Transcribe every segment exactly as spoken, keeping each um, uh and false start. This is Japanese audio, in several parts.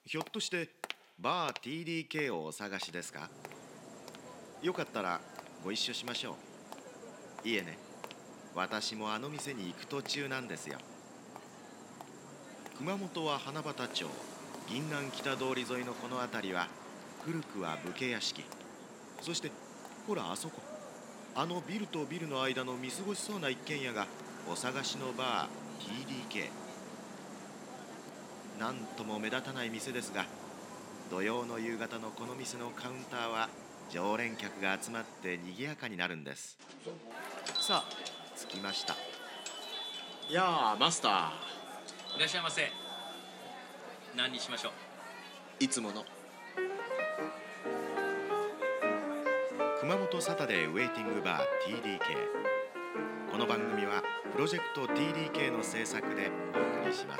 ひょっとしてバー ティーディーケー をお探しですか？よかったらご一緒しましょう。いえね、私もあの店に行く途中なんですよ。熊本は花畑町、銀南北通り沿いのこの辺りは古くは武家屋敷、そしてほらあそこ、あのビルとビルの間の見過ごしそうな一軒家がお探しのバー ティーディーケー。 なんとも目立たない店ですが、土曜の夕方のこの店のカウンターは常連客が集まって賑やかになるんです。さあ着きました。 いやーマスター、 いらっしゃいませ。何にしましょう？ いつもの。 熊本サタデーウェイティングバー ティーディーケー。 この番組はプロジェクト ティーディーケー の制作でお送りします。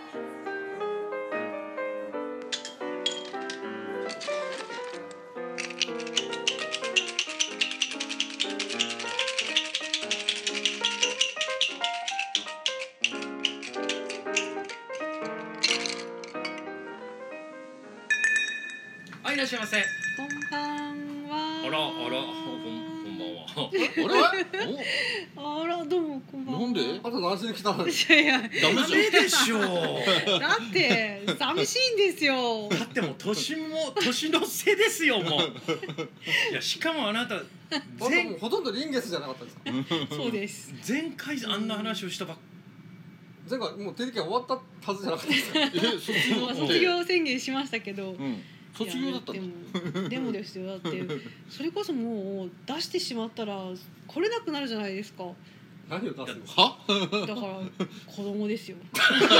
はい、いらっしゃいませ。 こんばんは。 あらあら、こんこんばんは。 あら、どうもこんばんは。 なんで？あと何しに来たの？ いやいや、 ダメでしょう。 だって寂しいんですよ。 だってもう年も年の瀬ですよもう。いやしかもあなた前ほとんど臨月じゃなかったですか？ そうです。 前回あんな話をしたばっか。 前回もうテレビが終わったはずじゃなかったですか？ え、卒業まあって卒業宣言しましたけど。 うん卒業だったの？ いやでもでもですよ。だってそれこそもう出してしまったら来れなくなるじゃないですか。 何を出すの？ は？ だから子供ですよ。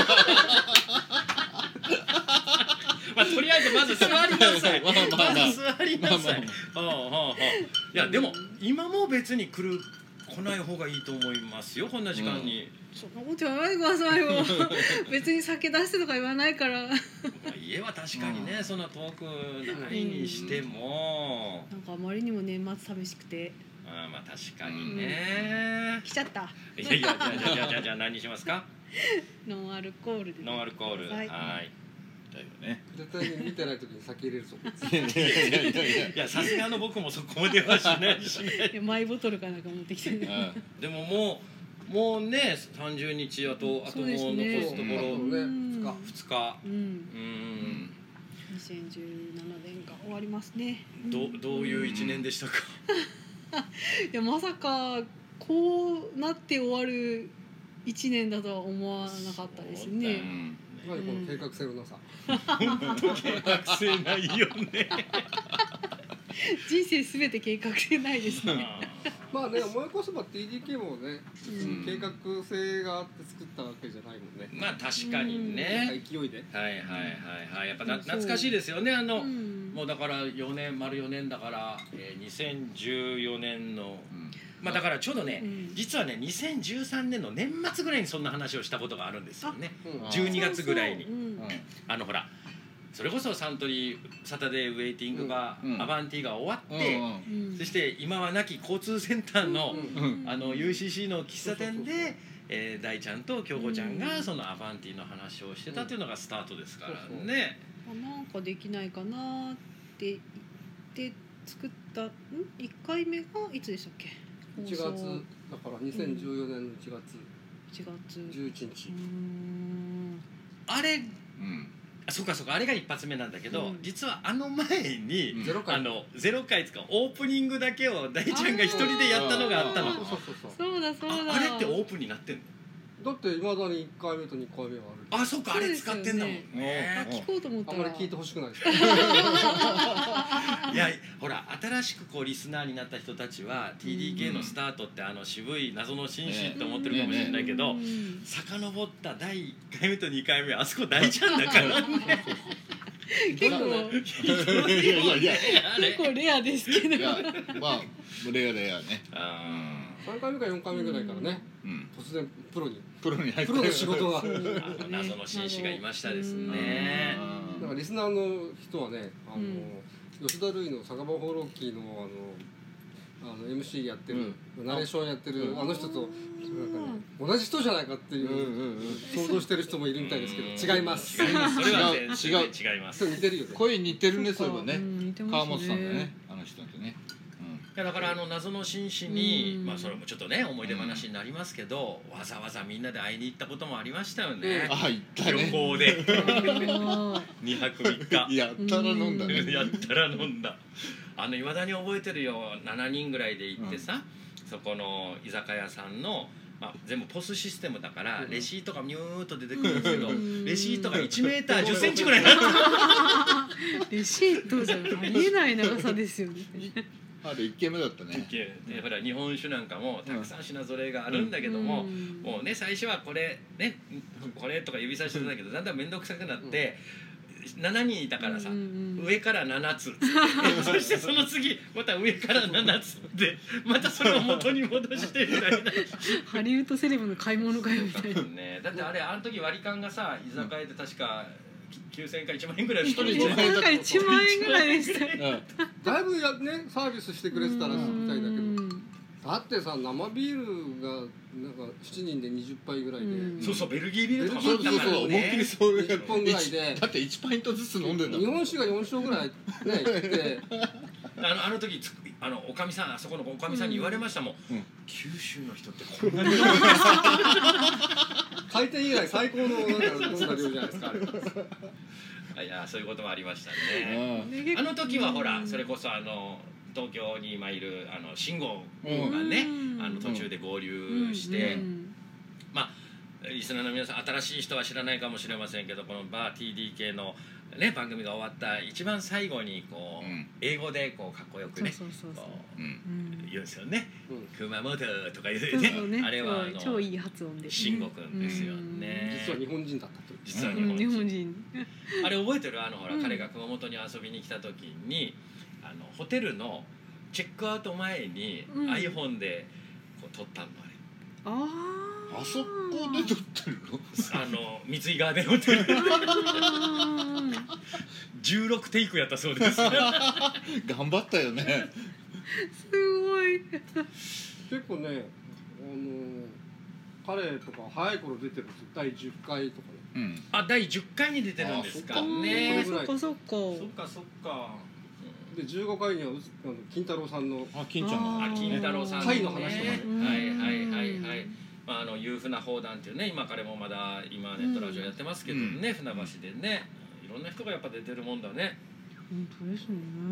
まあとりあえずまず座りなさい。 まあまあまあまず座りなさい。 まあはあはあはあ。いやでも今も別に来る来ない方がいいと思いますよ。こんな時間に。 そんなこと言わないでくださいよ。別に酒出してとか言わないから。 まあ家は確かにね、そんな遠くないにしても。 なんかあまりにも年末寂しくて。 ああまあ確かにね。 来ちゃった。 いやいやじゃあじゃあじゃあじゃあじゃあ何にしますか？ ノンアルコールで。 ノンアルコール。 ははいい。 だよね。 絶対に見てない時に酒入れるぞ。 いやいやいやいや。 いやさすがの僕もそこまではしないしね。 いやマイボトルかなんか持ってきてね。 でももうもうねさんじゅうにちあとあともう残すところね、二日。 ふつか。 うん。 うん。 にせんじゅうななねんが終わりますね。 どどういう一年でしたか？ いやまさかこうなって終わる一年だとは思わなかったですね。 何この計画性のなさ。 本当計画性ないよね。 人生すべて計画性ないですね。 まあね、思い起こせば ティーディーケー もね、 うん計画性があって作ったわけじゃないもんね。 まあ確かにね。 勢いで。 はいはいはいはいやっぱなそう懐かしいですよねあの。 うんもうだからよねん丸よねんだから、えー、にせんじゅうよねんの、まあだからちょうどね、 うん実はねにせんじゅうさんねんの年末ぐらいにそんな話をしたことがあるんですよね。 うんじゅうにがつぐらいにそうそううんあのほらそれこそサントリーサタデーウェイティングが、 うんアバンティが終わって、 うんそして今はなき交通センターの、 うんあの ユーシーシー の喫茶店そうそうそうでえー大ちゃんと京子ちゃんうんがそのアバンティの話をしてたっていうのがスタートですからそうそうね。 あなんかできないかなって言って作ったんいっかいめがいつでしたっけ？ いちがつだからにせんじゅうよねんのいちがついちがつじゅういちにちうー。んあれうん。 あそうかそうかあれが一発目なんだけど、 うん実はあの前に、 ゼロ回あのゼロ回つかオープニングだけを大ちゃんが一人でやったのがあったの。 そうそうそうそう。 そうだそうだ。 ああれってオープンになってんの？ だっていまだにいっかいめとにかいめはある。 あそうかあれ使ってんだもんそうね。 聞こうと思ったらあんまり聞いてほしくないです。 いやほら新しくこうリスナーになった人たちは ティーディーケー のスタートってあの渋い謎の紳士って思ってるかもしれないけど、 うん遡っただいいっかいめとにかいめはあそこ大ちゃんだからね。 結構いやいやいや。 あれ結構レアですけど。 いやまあレアレアね。 あさんかいめかよんかいめぐらいからね、 うん。 突然プロにプロに入って。 プロの仕事が。 そうーあの謎の紳士がいましたですうんね。 なんかリスナーの人はね、あの、 うん吉田類の酒場放浪記のあのあの エムシー やってる、ナレーションやってるうんあの人となんか、ね、同じ人じゃないかっていう、 うんうんうん想像してる人もいるみたいですけど違います。 違います。それは違う全然違います。 そう似てるよね。 声似てるね、そういえばね、 うん似てますね川本さんだね、あの人ってね。 いやだからあの謎の紳士に、 うんまあそれもちょっとね思い出話になりますけど、わざわざみんなで会いに行ったこともありましたよねうん、。ああ、行った旅ね。 行であにはくみっかやったら飲んだね。 やったら飲んだ。あの未だに覚えてるよ。ななにんぐらいで行ってさ、そこの居酒屋さんの、まあ、全部ポスシステムだからレシートがニューッと出てくるんですけど、 うんレシートがいちメーターじゅっセンチぐらいある。 ーレシートじゃありえない長さですよね。 あれ一軒目だったね。 でほら日本酒なんかもたくさん品揃えがあるんだけども、 うんもうね最初はこれねこれとか指さしてたんだけど、だんだん面倒くさくなって、しちにんいたからさ、 うんうん上からななつそしてその次また上からななつってまたそれを元に戻してみたいな。 ハリウッドセレブの買い物かよみたいな。 ね、だってあれあの時割り勘がさ居酒屋で確かきゅうせんえんかいちまん円ぐらい一人一で万円なんかいちまん円ぐらいでしたよ。 うん。 だいぶやねサービスしてくれてたらしいみたいだけど。 うんだってさ生ビールがなんかしちにんでにじゅっぱいぐらいで、 うんそうそうベルギービールとかそうそうそう、 もあったから思いっきりそういういっぽんぐらいでだっていちパイントずつ飲んでんだもん。 日本酒がよんしょうぐらいね行ってあのあの時つあのおかみさんあそこのおかみさんに言われましたもん、 うん九州の人ってこんなに飲む開店以来最高のなんか飲んだ量じゃないですかあれ。 いやそういうこともありましたね。 うんあの時はほらそれこそあの東京に今いるあの慎吾うんがね、 うんあの途中で合流して、 うんまあリスナーの皆さん新しい人は知らないかもしれませんけどこのバー ティーディーケー の、ね、番組が終わった一番最後にこう、 うん英語でこうかっこよくねそうそうそうそうこうん。 うんう言うんですよねうん 「熊本」とか言うそうねそうねあれはあの超いい発音で慎吾くんですよね。 実は日本人だったという。 実は日うん日本人本人あれ覚えてるあのほら、 うん彼が熊本に遊びに来た時にあのホテルのチェックアウト前に、 うん iPhone でこう撮ったのあれああそこで撮ってるの？ あの三井ガーデンホテルじゅうろくテイクやったそうです頑張ったよね。 すごい結構ねあの彼とか早い頃出てるんですよだいじゅっかいとかね。 うん。 あだいじゅっかいに出てるんですかあそっかねそっかそっかそっかそっかそっかでじゅうごかいにはうずあの金太郎さんのあ、金ちゃんが。 あ金太郎さんの貝の話とかねはいはいはいはいまあ、あの裕福な砲弾っていうね今彼もまだ今ネットラジオやってますけどね、船橋でねいろんな人がやっぱ出てるもんだね。 本当ですね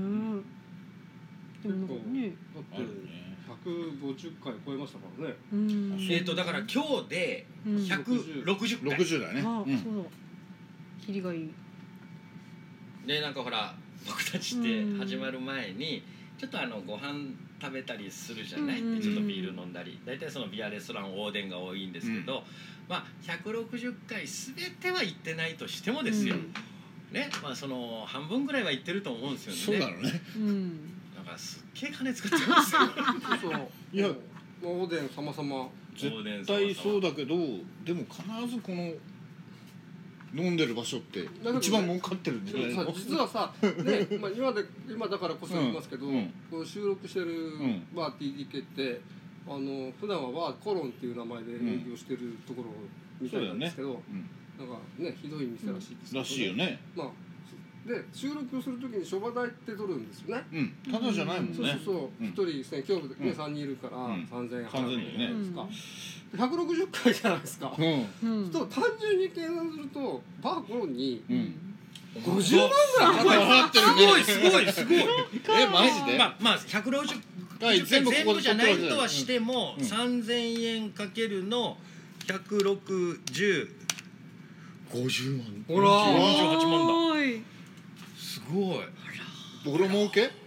でもなんかねだってあるね。 ひゃくごじゅっかい超えましたからね。 うんえっ、とだから今日でうんひゃくろくじゅっかい六十だね。 あ、 うん。 そうだキリがいいでなんかほら僕たちって始まる前にちょっとあのご飯食べたりするじゃない、 うんでちょっとビール飲んだり大体そのビアレストランオーデンが多いんですけど、まあひゃくろくじゅっかい全ては行ってないとしてもですよ、ねまあその半分ぐらいは行ってると思うんですよね。 そうなのね。 うんなんかすっげえ金使ってますよそうそう。 いやもうおでん様々。 絶対そうだけど、でも必ずこの飲んでる場所ってどね一番儲かってるんじゃないの？ でもさ実はさ、ね、まあ今で今だからこそ言いますけど、 うんうんこう収録してるんバー ティーディーケー ってあの普段はバーコロンっていう名前で営業してるところみたいなんですけど、 うん。 なんかねひどい店らしいですけど、 らしいよね。 まあで収録するときに諸場代って取るんですよね。 うん。ただじゃないもんね。 そうそうそううん一人せん今日ねうん三人いるからうん三千円さんぜんえんだよねですか。ひゃくろくじゅっかいじゃないですか。 うん。 うんと単純に計算するとバーコロンにうん。 ごじゅうまんぐらい払ってる。 払ってるね。 すごいすごいすごいえ、マジで？ まあまあひゃくろくじゅっはい全部全部ここでじゃないとはしても、 うんさんぜんえんかけるのひゃくろくじゅうごじゅうまんほらよんじゅうはちまんだおーいすごいボロ儲け？ あ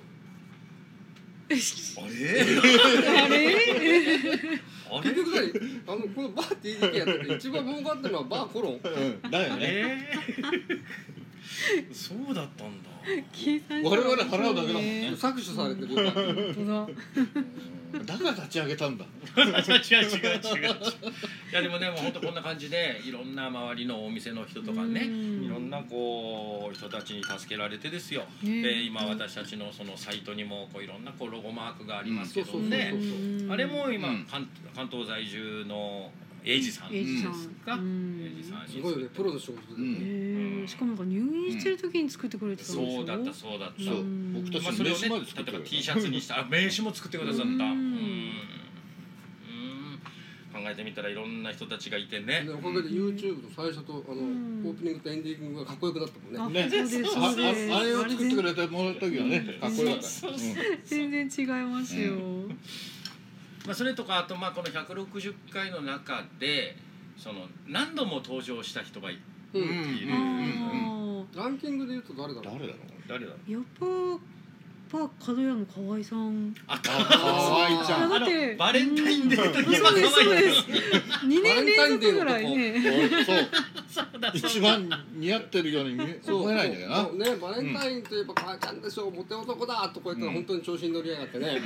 れあれあ結局何あのこのバー ティーディーケー やってて一番儲かってるのはバーコロン。 うん。だよね。 えー、そうだったんだ計算我々払うだけだもんね搾取されてるよ。 本当だうんだから立ち上げたんだ。 違う違う違う違う違う。いやでもねもう本当こんな感じでいろんな周りのお店の人とかね、 うんいろんなこう人たちに助けられてですよ。 ねで今私たちのそのサイトにもこういろんなこうロゴマークがありますけどうんねそうそうそううんあれも今、 うん関関東在住の英二さんで英二さんすか、 うん英二さんにすごいよねプロの仕事で、 うんへえしかもなんか入院してる時に作ってくれてたんでしょそうだったそうだった、 そううん僕たちまあ、それをね名刺まで作っ例えばてくれた T シャツにしたあ名刺も作ってくださった、ううんんうん考えてみたらいろんな人たちがいてねでおかげで YouTube の最初とあの、 うんオープニングとエンディングがかっこよくなったもんね。 あね、 そうですあそうですああれを作ってくれてもらった時はね、かっこよかった。 そうそう全然違いますよ、 まあ、それとかあとまあこのひゃくろくじゅっかいの中でその何度も登場した人がいうんうんいる、 あランキングで言うと誰だろう。 誰だろう。 誰だろうあやっぱやっぱ角屋の河合さんああ河合ちゃんだってバレンタインデーといえそうですば可愛いそうですにねん連続ぐらいねそうそうだ一番似合ってるように見えそう思えないんだよな。 そうね、バレンタインといえば母ちゃんでしょ、モテ男だとこう言ったら本当に調子に乗りやがってね。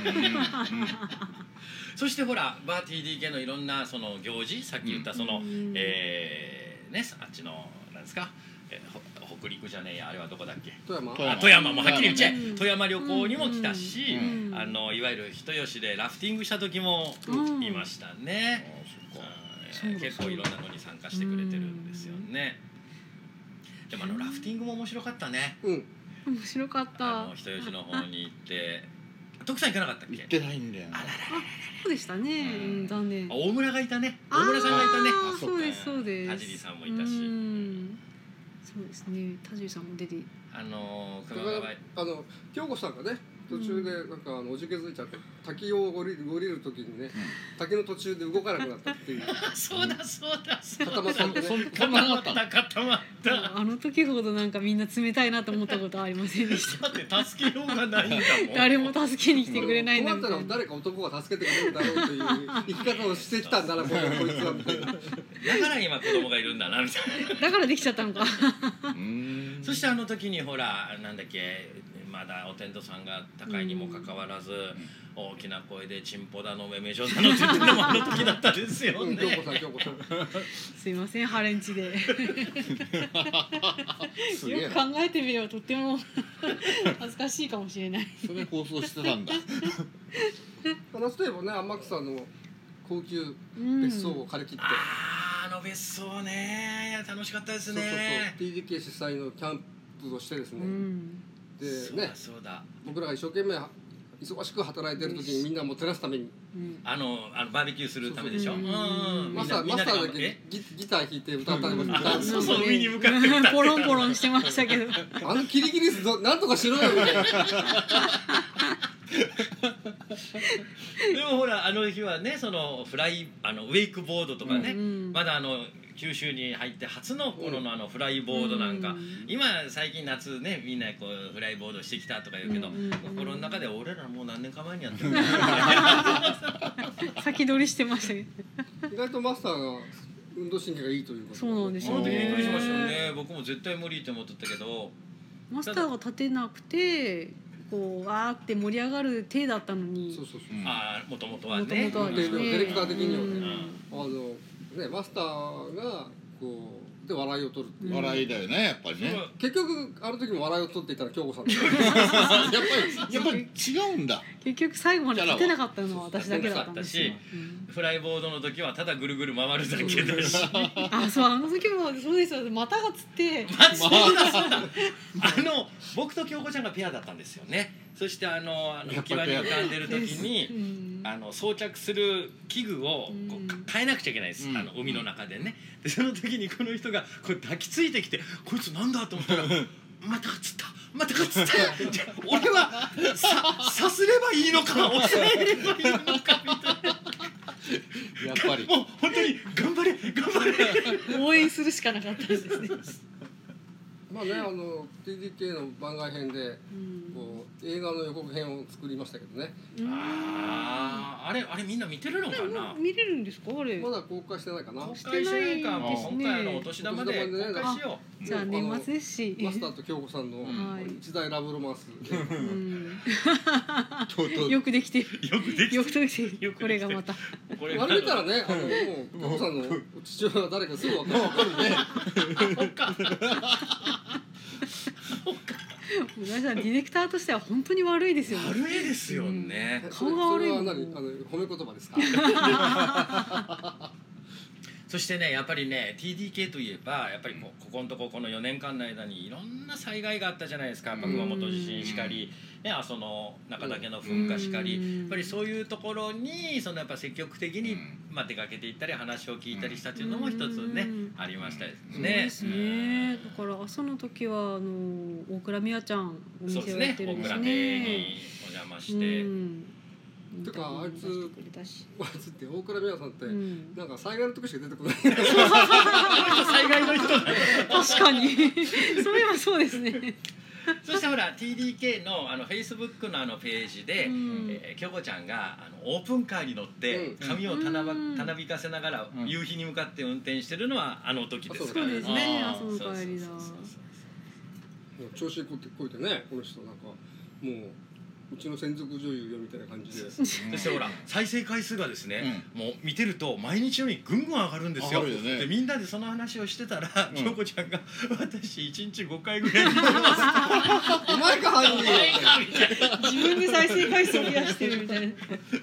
そしてほらバー ティーディーケー のいろんなその行事さっき言ったその、 うんえー、ねあっちのなんですか、えーほ北陸じゃねえやあれはどこだっけ富山。 富山あ富山もはっきり言っちゃえ、 うん富山旅行にも来たし、 うんあのいわゆる人吉でラフティングした時もうんいましたね、 あそっかうんそうだ結構いろんなのに参加してくれてるんですよね、でもあのラフティングも面白かったね、 うん。 面白かったあの人吉の方に行って徳さん行かなかったっけ行ってないんだよな。 そうでしたね、 うんうん、残念あ大村がいたね大村さんがいたねあーそうですそうです田尻さんもいたしうんそうですね田尻さんも出てあのー、 だか熊谷らあの京子さんがね途中でなんかあのおじけづいちゃって滝を降りる降りる時にね、滝の途中で動かなくなったっていうそうだそうだそう固まっちゃってね。 そんそんなのあったの。 固まったあの時ほどなんかみんな冷たいなと思ったことはありませんでしただって助けようがないんだもん誰も助けに来てくれないんだ困ったらみたいな誰か男が助けてくれるんだろうという生き方をしてきたんだなこのこいつはみたいな。 だから今子供がいるんだなみたいなだからできちゃったのかうーんそしてあの時にほらなんだっけまだお天道さんが高いにもかかわらず、大きな声でチンポだのめめじょだのって言ってるのもあの時だったですようん、 ね京子さん京子さん。 すいませんハレンチでよすげえく考えてみればとっても恥ずかしいかもしれないそれ放送してたんだ。 夏といえばね天草の高級うん別荘を借り切って、 あーあの別荘ね楽しかったですねそうそうそう ティーディーケー 主催のキャンプをしてですね、 うんでそうねだそうだ僕らが一生懸命忙しく働いてる時にみんなもてなすためにうんあのあのバーベキューするためでしょそうううんそうみんマスターなみんなでマスターだけ頑張ってギギター弾いて歌ったりもしてあたんですよそうそう海に向かって歌ってたポロンポロンしてましたけどあのキリギリスどなんとかしろよみたいな。 でもほらあの日はねそのフライあのウェイクボードとかね、 うんまだあの九州に入って初の頃のあのフライボードなんか、 うん今最近夏ねみんなこうフライボードしてきたとか言うけど、 うんうんうん心の中で俺らもう何年か前にやってるんだよ先取りしてましたけど意外とマスターが運動神経がいいということそうなんですそよの時びっくりしましたよねね僕も絶対無理って思っとったけどマスターが立てなくてこうわーって盛り上がる体だったのにそうそうそう、 うんああもともとはもとねもとはですねディレクター的にはねうんあのねマスターがこうで笑いを取るっていう、 うん笑いだよねやっぱりね。 結局あの時も笑いを取っていたら京子さんだったやっぱりやっぱり違うんだ。 結局最後まで立てなかったのは私だけだったんですよ、 フライボードの時はただぐるぐる回るだけだしうんあそうあの時もそうですよ股がつってまあそうだそうだあの僕と京子ちゃんがペアだったんですよねそしてあのあのやっぱり浮き輪に浮かんでる時にうんあの装着する器具をこうんう変えなくちゃいけないです、 うんあの海の中でねでその時にこの人がこう抱きついてきてこいつなんだと思ったらまたがつったまたがつったじゃあ俺はささすればいいのか抑えればいいのかみたいなやっぱり。 もう本当に頑張れ頑張れ応援するしかなかったんですねまあね、あの ティーディーケー の番外編でうんこう映画の予告編を作りましたけどね、 うんああ、あれあれみんな見てるのかな。 見れるんですかあれまだ公開してないかな。 公開してないか、もうしてないですね今回のお年玉でお年玉でね公開しよう。 じゃあ年末ですしマスターと京子さんのはい一大ラブロマンス、 うんとうとうよくできてるよくできよくできてよくできてるるこれがまたこれあれ見たらね、あのもう京子さんの父親は誰かすぐ分かる。 村井さんディレクターとしては本当に悪いですよね悪いですよね。 それ顔が悪いもんそれは何、あの褒め言葉ですか。 そしてね、やっぱりね ティーディーケー といえばやっぱりこここのとここのよねんかんの間にいろんな災害があったじゃないですか。やっぱ熊本地震しかり、ね、阿蘇の中岳の噴火しかり、 うんやっぱりそういうところにそのやっぱ積極的に、 うんまあ、出かけていったり話を聞いたりしたっていうのも一つね、 うんありましたですそうね。 ですねだから朝の時はあの大倉美和ちゃんおうんそうです店をやっね。大てるんです倉亭ねにお邪魔して、 うんてかあいつインタビューも出してくれたしあいつって大倉美和さんって、 うんなんか災害の時しか出てこない。 災害の人だね。 確かにそういえばそうですねそしてほら ティーディーケー のあの Facebook のあのページで、 うんえー、京子ちゃんがあのオープンカーに乗ってうん髪をたなば、 うんたなびかせながらうん夕日に向かって運転してるのはあの時ですからそうですねあー朝の帰りだそうそうそうそう調子こいてこいてね、この人なんかもううちの専属女優よみたいな感じで。 そしてほら再生回数がですね、もう見てると毎日のようにぐんぐん上がるんですよ。 上がるよねでみんなでその話をしてたら、 うん京子ちゃんが「私いちにちごかいぐらい見てます」 お前か犯人。 みたいな自分で再生回数を増やしてるみたいな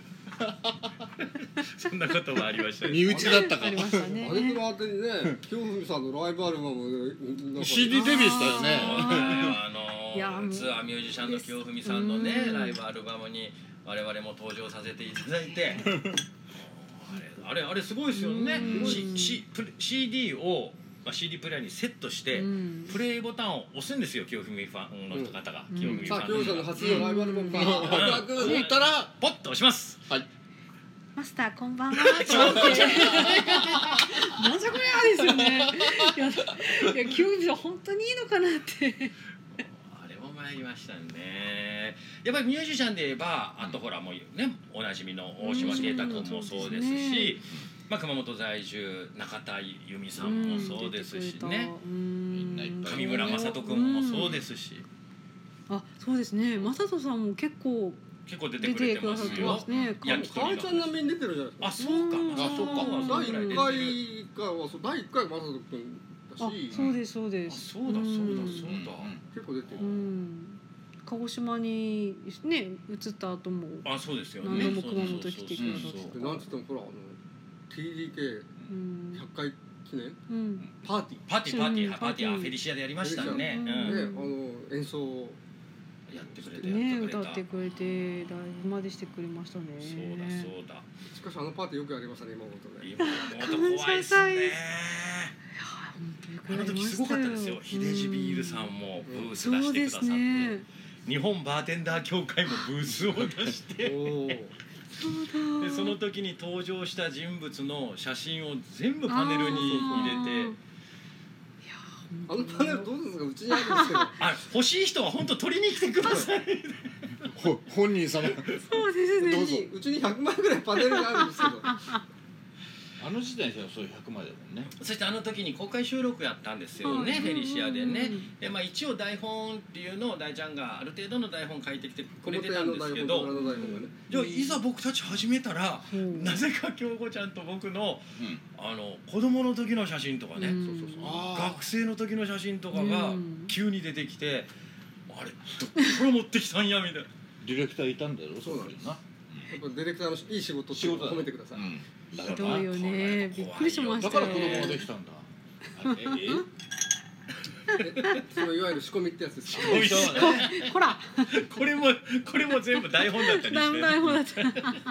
そんなこともありましたね。 身内だったかありましたねあれの後にね、京文さんのライブアルバムなんかシーディー デビューしたよねあいやもうのツアーミュージシャンの清文さんのねうんライブアルバムに我々も登場させていただいてあれあれあれすごいですよね。 うん C C プレ シーディー を、まあ、シーディー プレイヤーにセットして、 うんプレイボタンを押すんですよ清文ファンの方が、 うん清文フさあ京文さんのァンの初のライブアルバムがん開く言ったらポッと押しますマスターこんばんはって言ってなんじゃこりゃですよねいやいや清水さん本当にいいのかなってあれも参りましたね。やっぱりミュージシャンで言えばあとほらもうねおなじみの大島啓太君もそうですし、まあ、熊本在住中田由美さんもそうですしね、 みんないっぱい上村雅人君もそうですし、 あそうですね雅人さんも結構結構出て出くれてくださっててますよ。 ますねいや河合ちゃん並みに出てるじゃないですか。 あそうか、 うんあそうか、 うん第そのぐらい出てる一回かはそう第一回は正人君だあし、 そうですそうであすそうだそうだんそうだ、 結構出てるう。ん鹿児島にね移った後もあそうですよね。 何度も熊本来てくださってそうそうそうでなんつってもほらあの ティーディーケーうんひゃっかい記念うんパーティーパーティーパーティうんーパーティーあフェリシアでやりましたね。 うんうんであの演奏をやってくれてねやってくれた。 歌ってくれてライブまでしてくれましたねそうだそうだ。 しかしあのパーティーよくやりましたね今思うとね。 今思うと怖いっすね。あの時すごかったですよ。秀治ビールさんもブース出そうですしてくださって、 ね日本バーテンダー協会もブースを出して、 おお。 そうだでその時に登場した人物の写真を全部パネルに入れて、 あのパネルどうですかうちにあるんですけど。 あ欲しい人は本当取りに来てください。 ほ本人様そうですねどうぞうちにひゃくまいぐらいパネルがあるんですけど。 あの時代にはそうひゃくまいだもんね。 そしてあの時に公開収録やったんですよね、 はいフェリシアでねうんうん。 でまあ一応台本っていうのを大ちゃんがある程度の台本書いてきてくれてたん表のですけど、 台本と裏の台本がね。 じゃあいざ僕たち始めたら、 そうなぜか京子ちゃんと僕のうんあの子供の時の写真とかね、 うんそうそうそうあ学生の時の写真とかがうん急に出てきて、あれこれ持ってきたんやみたいな。 ディレクターいたんだろそうなんですな。 やっぱディレクターのいい仕事って仕事だ褒めてください。 うんだひからどいよねびっくりしましたよだから子供ができたんだ。あえええそのいわゆる仕込みってやつですか。 おいしそうだね。 ほらこれもこれも全部台本だったりして。 台本だったそれ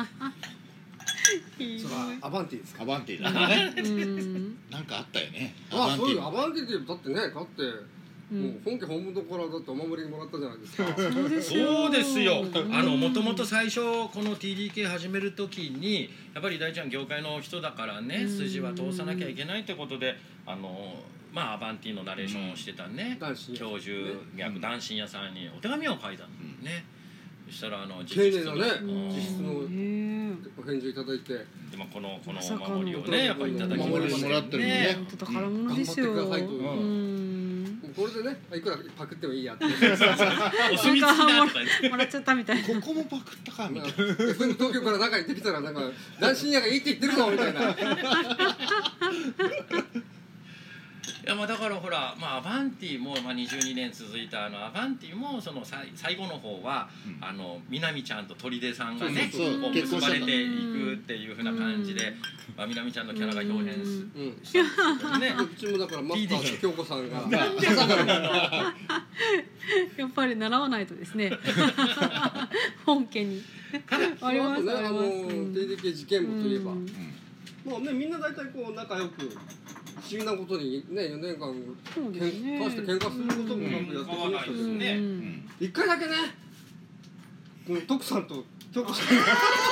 はアバンティですか。 アバンティだね。 うんなんかあったよね。 あ、そういうアバンアバンティってだってね、だってうんもう本家本元からだってお守りもらったじゃないですか。 そうですよそうですよ。あのもともとうん最初この ティーディーケー 始める時にやっぱり大ちゃん業界の人だからね、 うん筋は通さなきゃいけないってことで、あのまあアバンティのナレーションをしてたね、 男子教授役男子屋さんにお手紙を書いたんだよね。そしたらあの丁寧なねうん自筆のねお返事いただいて、 でもこのこのまさかのお守りをねやっぱりいただきまお守してりもらってるもんね本当宝物ですよ。 頑張ってくださいとうん。 もうこれでねいくらパクってもいいやって。 お墨付きだとか言ってもらっちゃったみたいな。 ここもパクったかみたいな。 エフエム 東京から中に行ってきたらなんか男子屋がいいって言ってるぞみたいな。 いやまあだからほら、まあ、アバンティも、まあ、にじゅうにねん続いたあのアバンティもそのさい最後の方は、 うんあの南ちゃんと砦さんがねそうそうそうこう結婚したんだ結ばれていくっていうふうな感じで、 うんまあ、南ちゃんのキャラが表現すうんうん。 したんですけどね。 うちもだからマスター京子さんがやっぱり習わないとですね。本家に。ありますねあのあります。 ティーディーケー 事件簿といえば、 うんまあねみんな大体こう仲良く不思議なことにねよねんかんそうですね。 喧嘩して喧嘩することもなくやってきましたけど、 うんねうん一回だけねこの徳さんと京子さんが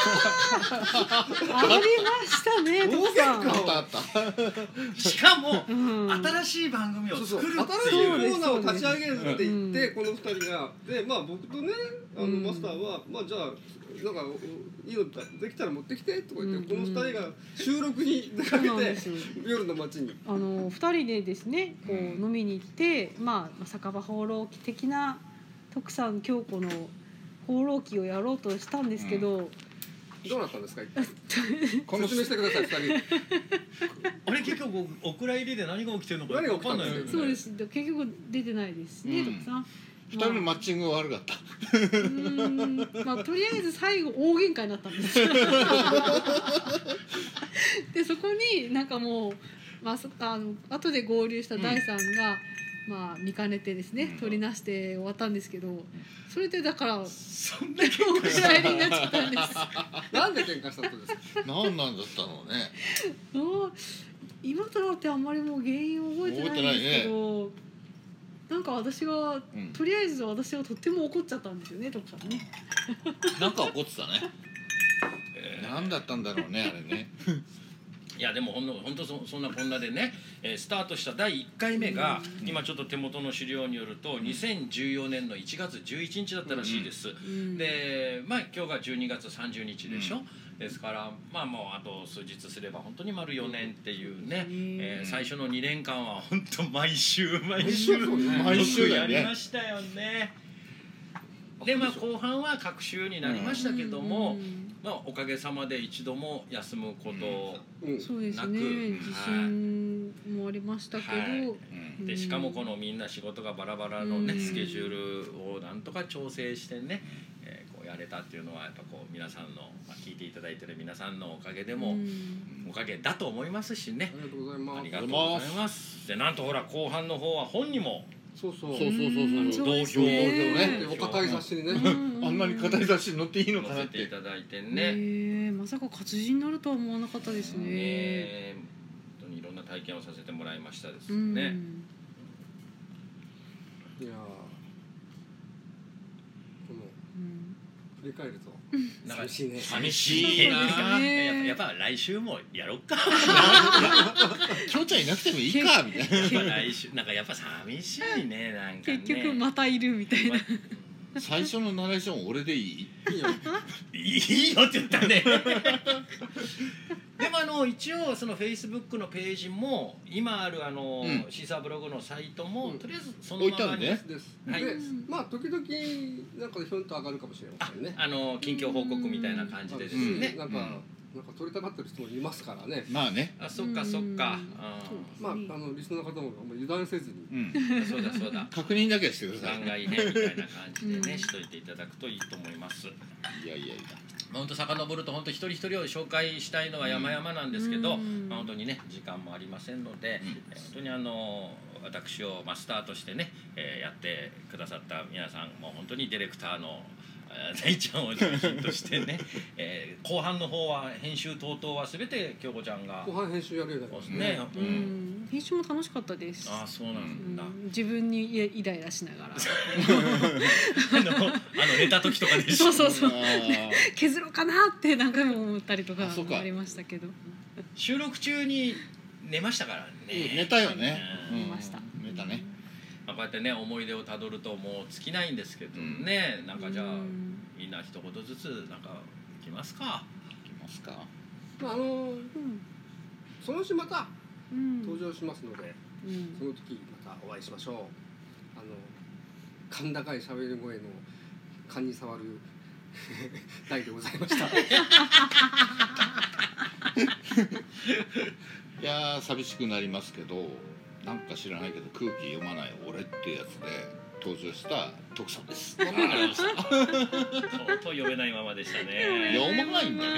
ありましたね、 大徳さん。 喧嘩あったあった。 しかも、 うん新しい番組をそうそう作るって新しいいうコーナーを立ち上げるって言って、 うこの二人がでまあ僕とねあのうんマスターは、まあじゃあなんかいいのできたら持ってきてとか言って、 うんこの二人が収録に出かそうけてなんですよ。 夜の街にあの二人でですね、こううん飲みに行って、まあ酒場放浪記的な徳さん京子の放浪記をやろうとしたんですけど、 どうなったんですか一体この説明してください二人。 あれ結局お蔵入りで何が起きてるのか何が分かんないよね。 起きたんですそうです。で結局出てないですね、 うん徳さん。 二人のマッチングが悪かった。 うーん、まあとりあえず最後大喧嘩になったんですよ。でそこになんかもう、まあ、そあの後で合流した第三が、まあ見かねてですね、 うん取りなして終わったんですけど、それでだからそんなお蔵入りになっちゃったんです。 なんで喧嘩したんですか。 何なんだったのね。 どう今となってあんまりもう原因を覚えてないんですけど、なんか私が、 うんとりあえず私はとっても怒っちゃったんですよね、徳さんね。 なんか怒ってたね。何だったんだろうねあれね。 いやでもほんのほんと そ, そんなこんなでね、えースタートしただいいっかいめが、 うん今ちょっと手元の資料によるとにせんじゅうよねんのいちがつじゅういちにちだったらしいです。 うんでまあ今日がじゅうにがつさんじゅうにちでしょ、ですからまあもうあと数日すれば本当に丸よねんっていうね、 うんえー最初のにねんかんは本当毎週毎週毎週だやよねりましたよね。でまあ後半は隔週になりましたけども、 うんまあ、おかげさまで一度も休むことうんそうですなくね、地震もありましたけど、 はいうんでしかもこのみんな仕事がバラバラのね、 うんスケジュールをなんとか調整してね、えーこうやれたっていうのはやっぱこう皆さんの、まあ、聞いていただいてる皆さんのおかげでも、 うんおかげだと思いますしねあ。りがとうございますありがとうございます。でなんとほら後半の方は本にもそうそうそうそうそうそううんそうです同票ねでお堅い雑誌にね、 うんあんなに語り出しに乗っていいのか載なって。 せていただいてね。 ねえまさか活字になるとは思わなかったですね。 えー本当にいろんな体験をさせてもらいましたですうんね。 いやーこのうん振り返るとなんか寂しいね。 寂しいな。 ねやっぱやっぱ来週もやろっか。 きょうちゃんいなくてもいいかみたいな。 やっぱ来週なんかやっぱ寂しいねなんかね。 結局またいるみたいな。 最初のナレーション俺でいい。 いいよ。 いいよって言ったね。でもあの一応そのフェイスブックのページも今あるあの、 うんシーサーブログのサイトも、 うんとりあえずそのままに置いてあるねです。 はいで、まあ時々なんかひょんと上がるかもしれまあせんね。 あの近況報告みたいな感じでですね。 なんか、 うんなんか撮りたがってる人もいますからね。 まあね。 あそっかそっか。 うんまああのリスナーの方ももう油断せずに。 うん。 うんそうだそうだ。 確認だけしてください。 番外編みたいな感じでね、 うんしといていただくといいと思います。 いやいやいや。 本当遡ると本当一人一人を紹介したいのは山々なんですけど、 うんまあ、本当にね時間もありませんので、 うんえー本当にあの私をマスターとしてね、えーやってくださった皆さんもう本当にディレクターのえー大ちゃんを中心としてね、えー後半の方は編集等々は全て京子ちゃんが後半編集やるようになりましたね。 ね、 ううんん、編集も楽しかったです。 ああそうなんだ、 うん自分にイライラしながらあのあの寝た時とかでしょそうそうそうあー削ろうかなって何回も思ったりとかあそうかありましたけど、 収録中に寝ましたからね。 寝たよね、 うんうん寝ました寝たね。 まあ、こうやってね思い出をたどるともう尽きないんですけどね、なんかじゃあうんみんな一言ずつなんかいきますか。 いきますか。 まああのうんそのうちまたうん登場しますので、 うんその時またお会いしましょう。あの甲高い喋り声の勘に触る台でございました。 いやー寂しくなりますけど、なんか知らないけど空気読まない俺っていうやつで登場した徳さんです。ありがとうございました。 相当読めないままでしたね。 読まないんだよ。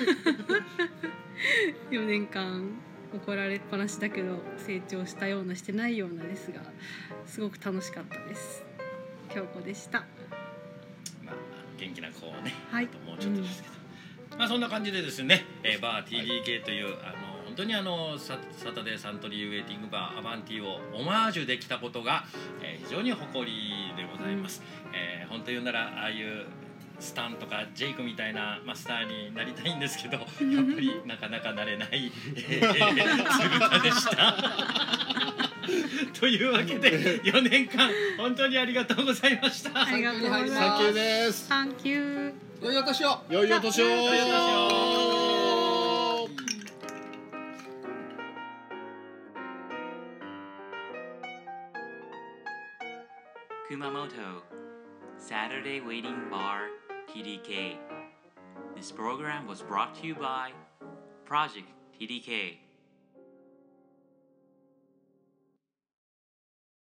よねんかん怒られっぱなしだけど成長したようなしてないようなですがすごく楽しかったです。京子でした。 まあ元気な子をね、 はいあともうちょっとですけど、まあそんな感じでですね、えー、バー ティーディーケー という、あの本当にあのササタデーサントリーウェイティングバーアバンティをオマージュできたことが、えー非常に誇りでございます。えー本当言うならああいうスタンとかジェイクみたいなマスターになりたいんですけど、やっぱりなかなかなれない、えー、姿でした。というわけでよねんかん本当にありがとうございました。 ありがとうございます。 サンキューです。 サンキュー。 良いお年を。 良いお年を。 良いお年を。 Kumamoto Saturday Waiting Bar T D K. This program was brought to you by Project T D K.